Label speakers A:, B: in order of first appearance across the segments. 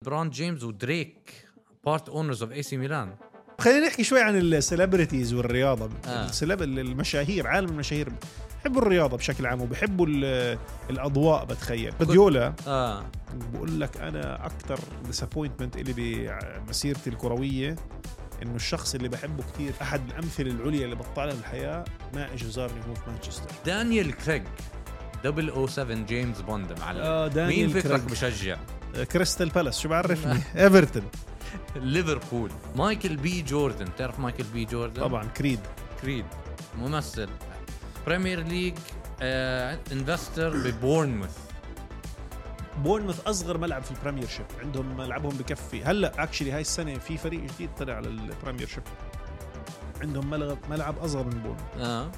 A: ليبرون جيمس ودريك بارت اونرز اوف اي سي ميلان.
B: خلينا نحكي شوي عن السيلبرتيز والرياضة. المشاهير، عالم المشاهير بحبوا الرياضة بشكل عام وبحبوا الأضواء. بتخيل جوارديولا بقول لك أنا أكتر ديسابوينتمنت اللي بمسيرتي الكروية إنه الشخص اللي بحبه كتير، أحد الأمثلة العليا اللي بطلها بالحياة، ما إجا زارني هو في مانشستر.
A: دانيال كريغ 007 جيمس بوند معلم. مين فكرك بشجع؟
B: كريستال بالاس، شو بعرفني. ايفرتون،
A: ليفربول. مايكل بي جوردن، تعرف مايكل بي جوردن؟
B: طبعا. كريد
A: ممثل. بريمير ليج انفستر ببورنموث.
B: أصغر ملعب في البريمير شيب عندهم، ملعبهم بكفي. هلا اكشلي هاي السنة في فريق جديد طلع على البريمير شيب، عندهم ملعب أصغر من بورنموث.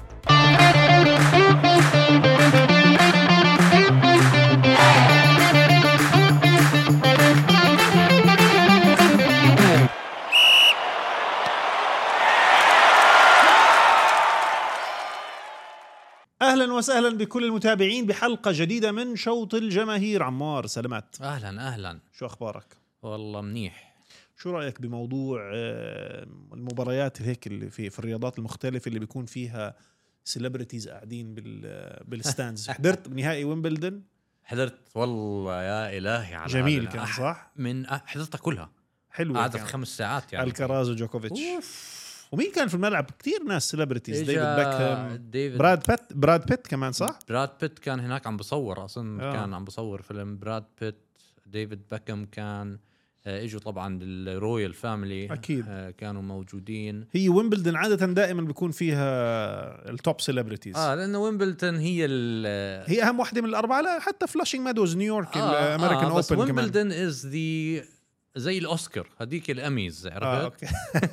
B: أهلا وسهلا بكل المتابعين بحلقة جديدة من شوط الجماهير. عمار، سلامات.
A: أهلا.
B: شو أخبارك؟
A: والله منيح.
B: شو رأيك بموضوع المباريات هيك اللي في الرياضات المختلفة اللي بيكون فيها سيلبرتيز قاعدين بالستاندز؟ حضرت نهائي ويمبلدون؟
A: حضرت والله يا إلهي على
B: جميل كان صح؟
A: حضرتها كلها
B: حلوة،
A: قعدت 5 ساعات يعني.
B: الكراز وجوكوفيتش. ومين كان في الملعب؟ كتير ناس سيلبرتيز. ديفيد بيكهام، براد بيت كمان صح؟
A: براد بيت كان هناك عم بصور أصلا. كان عم بصور فيلم براد بيت. ديفيد بيكهام كان اجوا طبعا الرويال فاميلي
B: اكيد
A: كانوا موجودين.
B: هي ويمبلدون عاده دائما بيكون فيها التوب سيلبرتيز.
A: لانه ويمبلدون هي
B: اهم واحده من الاربعه. لا حتى فلاشينج مادوز نيويورك الامريكان اوبن
A: بس ويمبلدون از زي الاوسكار هديك الاميز، عرفت؟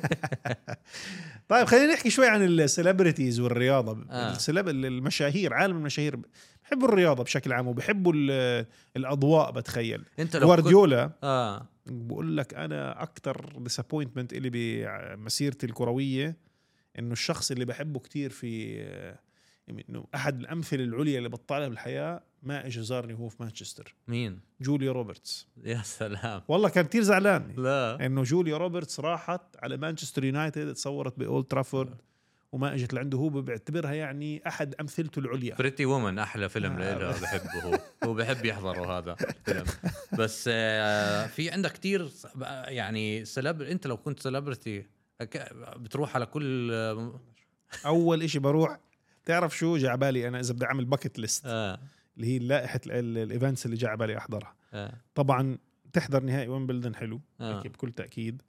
B: طيب خلينا نحكي شوي عن السيلبرتيز والرياضه. المشاهير، عالم المشاهير بحبوا الرياضة بشكل عام وبحبوا الأضواء. بتخيل جوارديولا بقول لك أنا أكتر ديسابوينتمنت اللي بمسيرتي الكروية إنه الشخص اللي بحبه كتير في إنه أحد الأمثلة العليا اللي بطلها بالحياة، ما إجا زارني هو في مانشستر.
A: مين؟
B: جوليا روبرتس.
A: يا سلام،
B: والله كان كتير زعلان.
A: لا
B: إنه جوليا روبرتس راحت على مانشستر يونايتد، تصورت بأولد ترافورد وما اجت لعنده. هو بعتبرها يعني احد امثلته العليا.
A: بريتي وومن احلى فيلم له، بحبه. هو بحب يحضره هذا الفيلم. بس في عندك كتير يعني انت لو كنت سيلبرتي بتروح على كل
B: اول اشي بروح، تعرف شو جعبالي انا اذا بدي اعمل باكت ليست اللي هي لائحه الايفنتس اللي جعبالي احضرها. طبعا تحضر نهائي ويمبلدون حلو بكل تاكيد.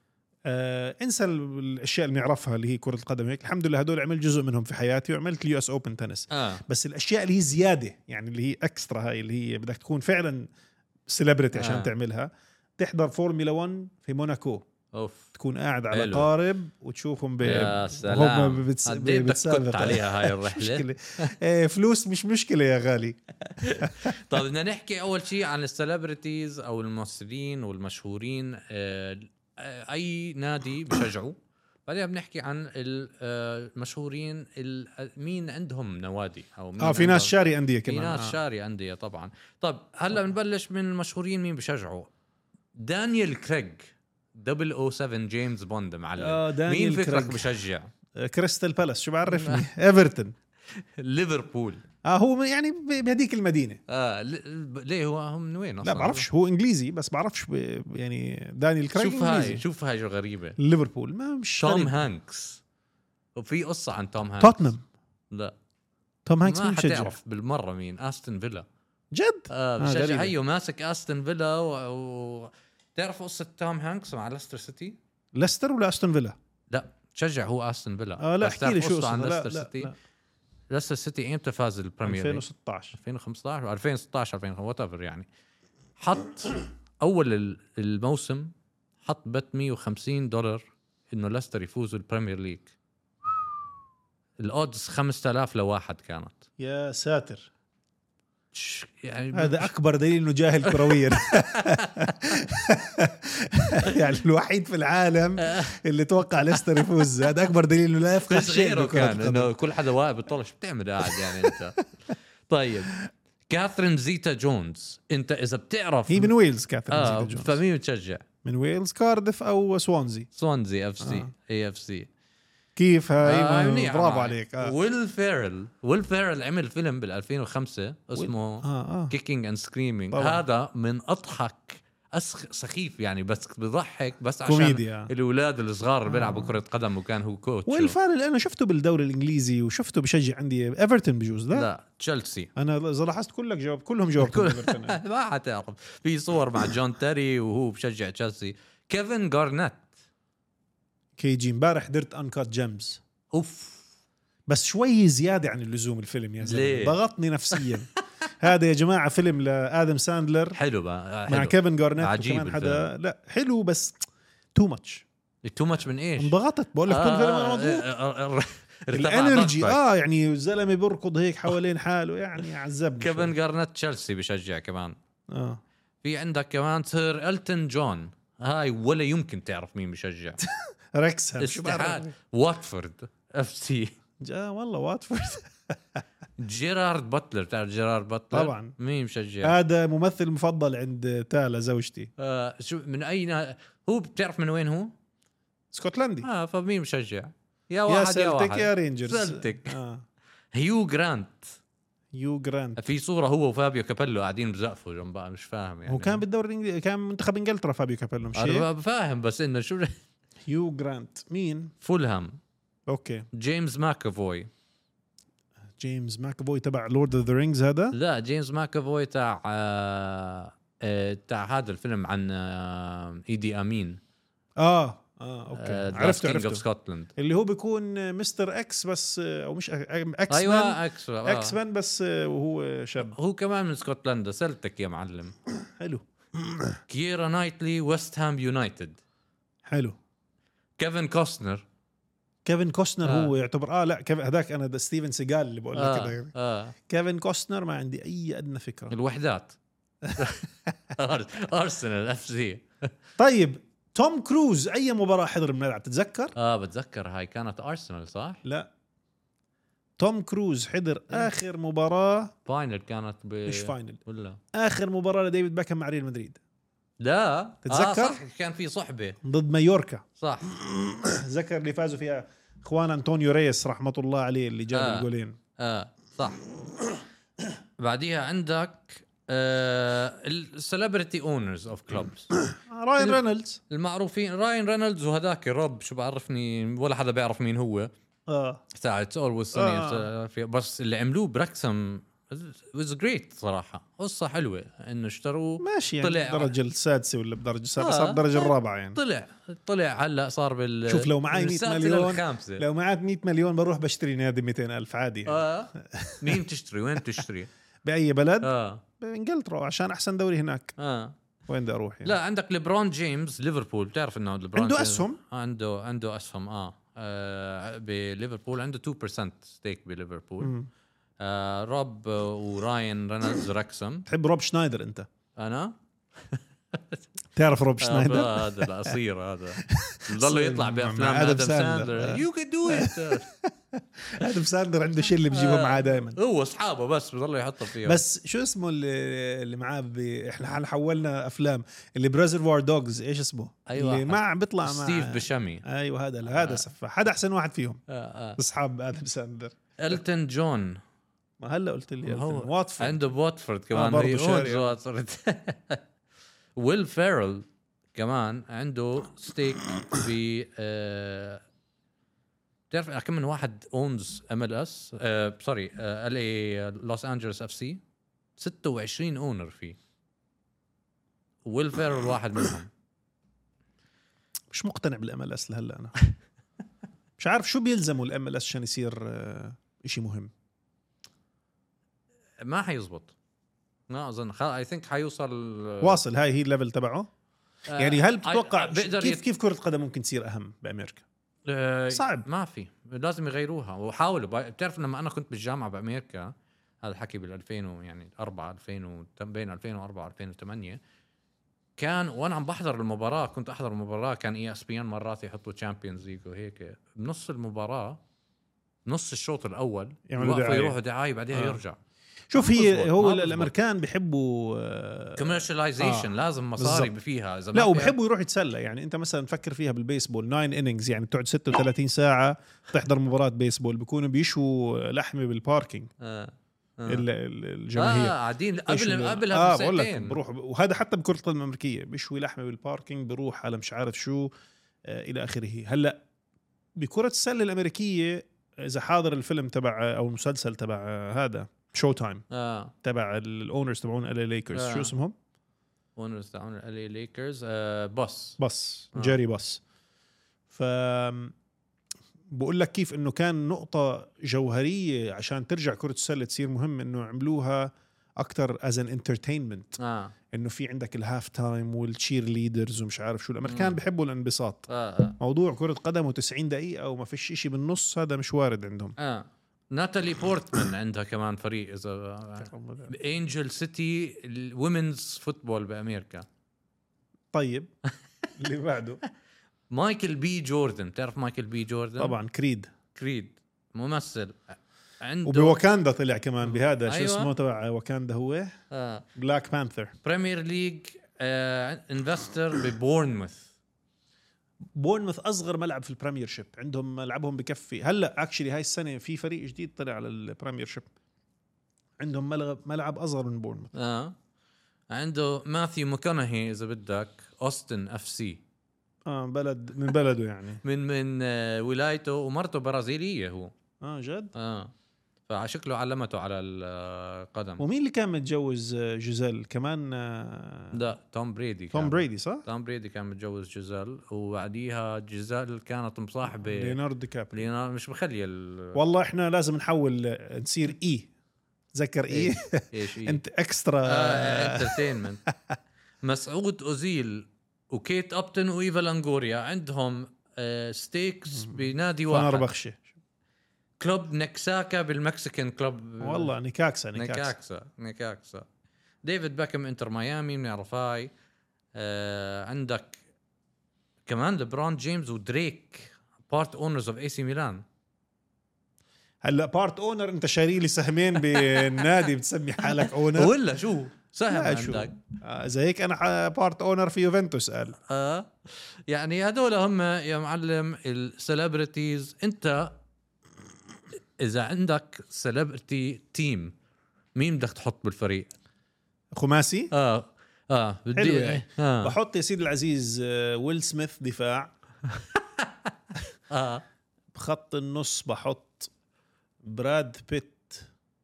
B: انسى الاشياء اللي نعرفها اللي هي كرة القدم هيك، الحمد لله هدول عملت جزء منهم في حياتي، وعملت اليو اس اوبن تنس. بس الاشياء اللي هي زيادة يعني اللي هي اكسترا، هاي اللي هي بدك تكون فعلا سيلبرتي عشان تعملها. تحضر فورمولا 1 في موناكو. تكون قاعد على قارب وتشوفهم
A: هم بتسابق عليها هاي الرحلة.
B: فلوس مش مشكلة يا غالي.
A: طيب بدنا نحكي اول شيء عن السيلبرتيز او الممثلين والمشهورين. اي نادي بشجعوا. بعدين بنحكي عن المشهورين مين عندهم نوادي او مين
B: في ناس شاري انديه كمان.
A: في ناس شاري انديه طبعا. طب هلا بنبلش من المشهورين مين بشجعوا. دانيال كريغ 007 جيمس بوند معلم. مين فكرك بشجع؟
B: كريستال بالاس، شو بعرفني. ايفرتون.
A: ليفربول.
B: هو يعني بهديك المدينة.
A: ليه هم من وين أصلاً؟
B: لا بعرفش، هو إنجليزي بس بعرفش يعني دانيال كريغ إنجليزي.
A: شوف هاي شو غريبة.
B: ليفربول ما مش
A: توم
B: غريب.
A: هانكس. وفي قصة عن توم هانكس.
B: توتنهام.
A: لا
B: توم هانكس
A: ما
B: مين بشجع؟
A: حتعرف بالمرة مين. أستون فيلا.
B: جد؟
A: بشجع. هيو ماسك أستون فيلا تعرف قصة توم هانكس مع ليستر سيتي؟
B: ليستر ولا أستون فيلا؟
A: لا تشجع هو أستون فيلا.
B: لا احكي لي شو قصة
A: عن ليستر سيتي. ليستر سيتي امتى فاز البريمير؟
B: 2016
A: 2015 2016 2015 يعني. حط اول الموسم حط بت $150 انه ليستر يفوز البريمير ليج. الاودز 5000 لواحد كانت.
B: يا ساتر،
A: يعني
B: هذا اكبر دليل انه جاهل كرويا. يعني الوحيد في العالم اللي توقع ليستر يفوز، هذا اكبر دليل انه لا يفقه شيء.
A: كان انه كل حدا واقف بيطلع شو بتعمل قاعد يعني انت. طيب كاثرين زيتا جونز. انت اذا بتعرف
B: هي من ويلز كاثرين زيتا جونز.
A: فمين بتشجع؟
B: من ويلز، كاردف او سوانزي
A: اف سي اي اف سي.
B: كيف هاي برافو عليك.
A: ويل فيرل عمل فيلم بال 2005 اسمه كيكينج اند سكريمينج. هذا من اضحك سخيف يعني، بس بضحك بس عشان كوميديا. الأولاد الصغار اللي بيلعبوا كرة قدم وكان هو كوتش.
B: ويل فيرل انا شفته بالدوري الانجليزي وشفته بشجع عندي ايفرتون بجوز.
A: لا تشيلسي.
B: انا اذا لاحظت كلهم جاوبتوا ايفرتون.
A: ما حتعرف في صور مع جون تيري وهو بشجع تشيلسي. كيفن غارنيت
B: كي جي امبارح درت انكات جيمز.
A: اوف
B: بس شوي زياده عن اللزوم الفيلم يا زلمه، ضغطني نفسيا. هذا يا جماعه فيلم لآدم ساندلر
A: حلو بقى
B: مع كيفن غارنيت وكمان حدا. لا حلو بس تو ماتش من ايش؟ انضغطت بقول لك كل فيلم انا مضغوط. الانرجي يعني الزلمه بيركض هيك حوالين حاله يعني عذبني.
A: كيفن غارنيت تشيلسي بشجع كمان. في عندك كمان سير إلتون جون. هاي ولا يمكن تعرف مين بشجع.
B: ركسهام
A: استحال. واتفورد اف سي.
B: والله واتفورد.
A: جيرارد باتلر. تعرف جيرارد باتلر؟
B: طبعا.
A: مين مشجع؟
B: هذا ممثل مفضل عند تالا زوجتي.
A: شو من اين هو؟ بتعرف من وين هو؟
B: اسكتلندي.
A: فمين مشجع؟ يا واحد يا واحد
B: يا رينجرز.
A: سلتك. هيو جرانت. في صورة هو وفابيو كابيلو قاعدين بزقفوا جنب بعض. مش فاهم يعني.
B: هو كان بالدوري الانجليزي، كان منتخب انجلترا فابيو كابيلو. مش
A: انا فاهم بس انه شو.
B: هيو جرانت مين؟
A: فولهام.
B: اوكي.
A: جيمس ماكافوي
B: تبع لورد اوف ذا رينجز هذا؟
A: لا جيمس ماكافوي تاع هذا الفيلم عن ايدي امين.
B: اوكي. عرفته اللي هو بيكون مستر اكس بس، او مش اكس.
A: ايوه
B: اكس مان بس وهو شاب.
A: هو كمان من اسكتلندا. سلتك يا معلم.
B: حلو.
A: كيرا نايتلي ويست هام يونايتد.
B: حلو.
A: كيفن كوستنر
B: هو يعتبر لا هذاك انا ستيفن سيغال اللي بقول لك كده. كيفن كوستنر ما عندي اي ادنى فكره.
A: الوحدات. ارسنال اف سي.
B: طيب توم كروز اي مباراه حضر بنلعب تتذكر؟
A: بتذكر. هاي كانت ارسنال صح؟
B: لا توم كروز حضر اخر مباراه
A: فاينل. كانت
B: مش فاينل
A: ولا
B: اخر مباراه لديفيد باكم مع ريال مدريد.
A: لا
B: تتذكر؟
A: صح كان في صحبه
B: ضد مايوركا.
A: صح.
B: ذكر اللي فازوا فيها اخوان انطونيو ريس رحمه الله عليه اللي جاب الجولين.
A: صح. بعديها عندك السليبرتي اونرز اوف كلوبز.
B: راين رينولدز
A: المعروفين. راين رينولدز وهداك الرب شو بعرفني ولا حدا بيعرف مين هو. ساعة اولويز سوني. بس اللي عملوه بركسم was great صراحة. قصة حلوة انه اشتروه.
B: ماشي يعني طلع الدرجة السادسة ولا بدرجة السادسة. صار الدرجة الرابعة يعني.
A: طلع هلا صار
B: شوف لو معي 100 مليون. لو معي 100 مليون بروح بشتري نادي 200,000 عادي يعني.
A: مين تشتري؟ وين تشتري؟
B: بأي بلد؟ بإنجلترا عشان أحسن دوري هناك. وين بدي أروح يعني؟
A: لا عندك ليبرون جيمس ليفربول. بتعرف إنه ليبرون
B: عنده أسهم؟
A: عنده أسهم. بليفربول عنده 2% ستيك بليفربول. روب وراين رينولدز ركسم.
B: تحب روب شنايدر أنت؟
A: أنا
B: تعرف روب شنايدر؟
A: هذا القصير هذا ضل يطلع بأفلام آدم ساندلر. You can do it.
B: آدم ساندلر عنده شيء اللي بجيبه معاه دائما.
A: هو أصحابه بس بضل يحطه فيها.
B: بس شو اسمه اللي معاه إحنا حولنا أفلام اللي بريزرفوار دوغز. إيش اسمه؟
A: أيوة
B: اللي ما بيطلع مع
A: ستيف بشامي.
B: أيوة هذا سفاح. هذا أحسن واحد فيهم. أصحاب آدم ساندلر.
A: إلتون جون.
B: ما هلا قلت لي واتفورد.
A: عنده واتفورد كمان. واتفورد. ويل فيرل كمان عنده ستيك ب تعرف كم من واحد اونز MLS سوري LA لوس أنجلوس FC 26 اونر فيه. ويل فيرل واحد منهم.
B: مش مقتنع بالMLS لهلا انا. مش عارف شو بيلزموا الMLS عشان يصير اشي مهم.
A: ما حيزبط. ما اظن. اي ثينك حيوصل
B: واصل. هاي هي الليفل تبعه. يعني هل بتتوقع كيف كرة قدم ممكن تصير اهم بامريكا؟ صعب.
A: ما في. لازم يغيروها وحاولوا. بتعرف لما انا كنت بالجامعه بامريكا، هذا الحكي بال2000 يعني 4 2000 بين 2004 2008 كان وانا عم بحضر المباراه. كنت احضر المباراه كان ESPN مرات يحطوا تشامبيونز ليج وهيك بنص المباراه، نص الشوط الاول يروحوا دعايه بعدها يرجع.
B: شوف هو الامريكان بيحبوا
A: كوميرشاليزيشن لازم مصاري فيها
B: لا وبحبوا يروح يتسلى. يعني انت مثلا فكر فيها بالبيسبول 9 انينجز يعني بتقعد 36 ساعه تحضر مباراه بيسبول بيكونوا بيشوا لحمه بالباركينج الجماهير
A: قاعدين قبلها بساعتين
B: بروح. وهذا حتى بكرة القدم الأمريكية بيشوي لحمة بالباركينج بروح على مش عارف شو إلى آخره. هلأ بكرة السلة الأمريكية إذا حاضر الفيلم تبع أو المسلسل تبع هذا شو تايم تبع الأونرز تبعون LA ليكرز شو اسمهم؟
A: أونرز تبعون LA ليكرز بس
B: جيري بس. بقول لك كيف انه كان نقطة جوهرية عشان ترجع كرة السلة تصير مهم انه عملوها اكتر as an entertainment انه في عندك الهاف تايم والتشير ليدرز ومش عارف شو. الامريكان بيحبوا الانبساط. موضوع كرة قدم و90 دقيقة وما فيش اشي بالنص هذا مش وارد عندهم.
A: ناتالي بورتمان عندها كمان فريق اذا انجل سيتي الومنز فوتبول بامريكا.
B: طيب اللي بعده
A: مايكل بي جوردن. بتعرف مايكل بي جوردن؟
B: طبعا كريد
A: ممثل عنده
B: وبواكاندا طلع كمان بهذا شو اسمه تبع واكاندا هو بلاك بانثر.
A: بريمير ليج انفستر ببورنموث.
B: بورنموث اصغر ملعب في البريمير شيب عندهم ملعبهم بكفي. هلا اكشلي هاي السنه في فريق جديد طلع على البريمير شيب عندهم ملعب اصغر من بورنموث.
A: عنده ماثيو ماكونهي اذا بدك أوستن FC
B: بلد من بلده يعني
A: من ولايته ومرته برازيليه هو
B: جد
A: فشكله علمته على القدم.
B: ومين اللي كان متجوز جيزيل كمان؟
A: ده توم بريدي
B: صح.
A: توم بريدي كان متجوز جيزيل وبعديها جيزيل كانت مصاحبه
B: ليوناردو دي كابريو.
A: مش مخليه
B: والله احنا لازم نحول نصير تذكر انت اكسترا
A: انترتينمنت. مسعود أوزيل وكيت أبتن وإيفا لانغوريا عندهم ستيكس بنادي واحد
B: فنربخشة
A: كلوب نكساكا بالمكسيكان كلوب.
B: والله نكاكسا.
A: ديفيد باكم انتر ميامي بنعرف هاي. عندك كمان لبرون جيمس ودريك بارت اونرز اوف AC ميلان.
B: هلا بارت اونر انت شاري لي سهمين بالنادي بتسمي حالك اونر
A: ولا شو سهم عندك؟
B: اذا هيك انا بارت اونر في يوفنتوس قال
A: يعني هدول هم يا معلم السليبرتيز. انت اذا عندك سليبرتي تيم مين بدك تحط بالفريق؟
B: خماسي
A: بدي
B: بحط يا سيدي العزيز ويل سميث دفاع. بخط النص بحط براد بيت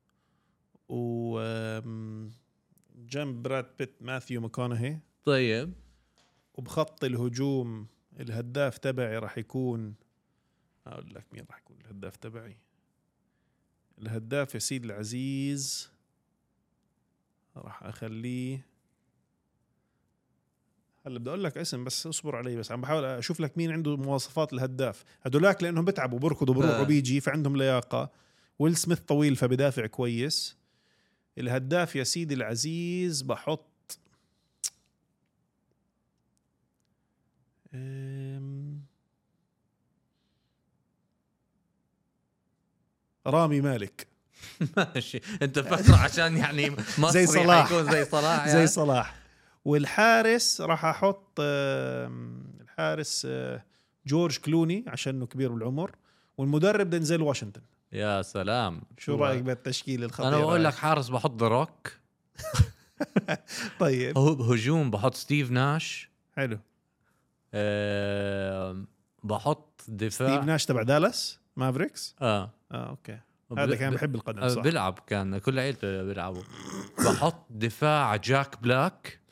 B: وجنب براد بيت ماثيو ماكونهي.
A: طيب
B: وبخط الهجوم الهداف تبعي راح يكون اقول لك مين راح يكون الهداف تبعي. الهداف يا سيدي العزيز راح اخليه هلا بدي اقول لك اسم بس اصبر علي بس عم بحاول اشوف لك مين عنده مواصفات الهداف. هدولاك لانهم بتعبوا بركضوا بروحوا بيجي فعندهم لياقه. ويل سميث طويل فبدافع كويس. الهداف يا سيدي العزيز بحط رامي مالك.
A: ماشي انت فكر عشان يعني
B: زي صلاح
A: يكون زي صلاح يعني.
B: زي صلاح. والحارس راح احط الحارس جورج كلوني عشانه كبير بالعمر. والمدرب دنزل واشنطن.
A: يا سلام
B: شو رايك بالتشكيل الخطير؟
A: انا بقول لك حارس بحط ذا روك.
B: طيب
A: هجوم بحط ستيف ناش.
B: حلو.
A: بحط دفاع
B: ستيف ناش تبع دالاس مافريكس. اوكي هذا كان بحب القدم صح.
A: بيلعب كان كل عيلته بيلعبوا. بحط دفاع جاك بلاك.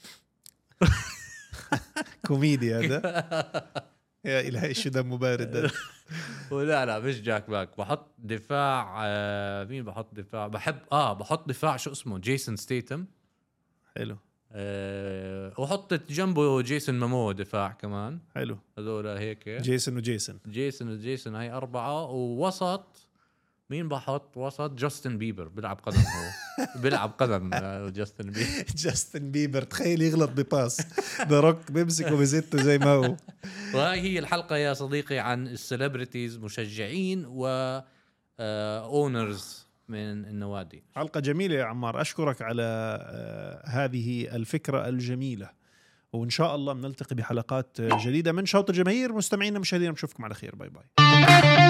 B: كوميدي هذا. يا إلهي شو دم بارد.
A: لا مش جاك بلاك. بحط دفاع مين بحط دفاع بحب بحط دفاع شو اسمه جيسون ستيتم.
B: حلو.
A: وحطت جنبه جيسون مامو دفاع كمان.
B: حلو.
A: هذول هيك
B: جيسون
A: هاي 4. ووسط مين بحط وسط؟ جاستن بيبر بيلعب قدم. هو بيلعب قدم.
B: جاستن بيبر تخيل يغلط بباس ذا روك بيمسكه بزته زي ما هو.
A: وهي هي الحلقة يا صديقي عن السليبرتيز مشجعين و اونرز من النوادي.
B: حلقة جميلة يا عمار، أشكرك على هذه الفكرة الجميلة، وإن شاء الله بنلتقي بحلقات جديدة من شوط الجماهير. مستمعينا مشاهدينا، نشوفكم على خير. باي باي.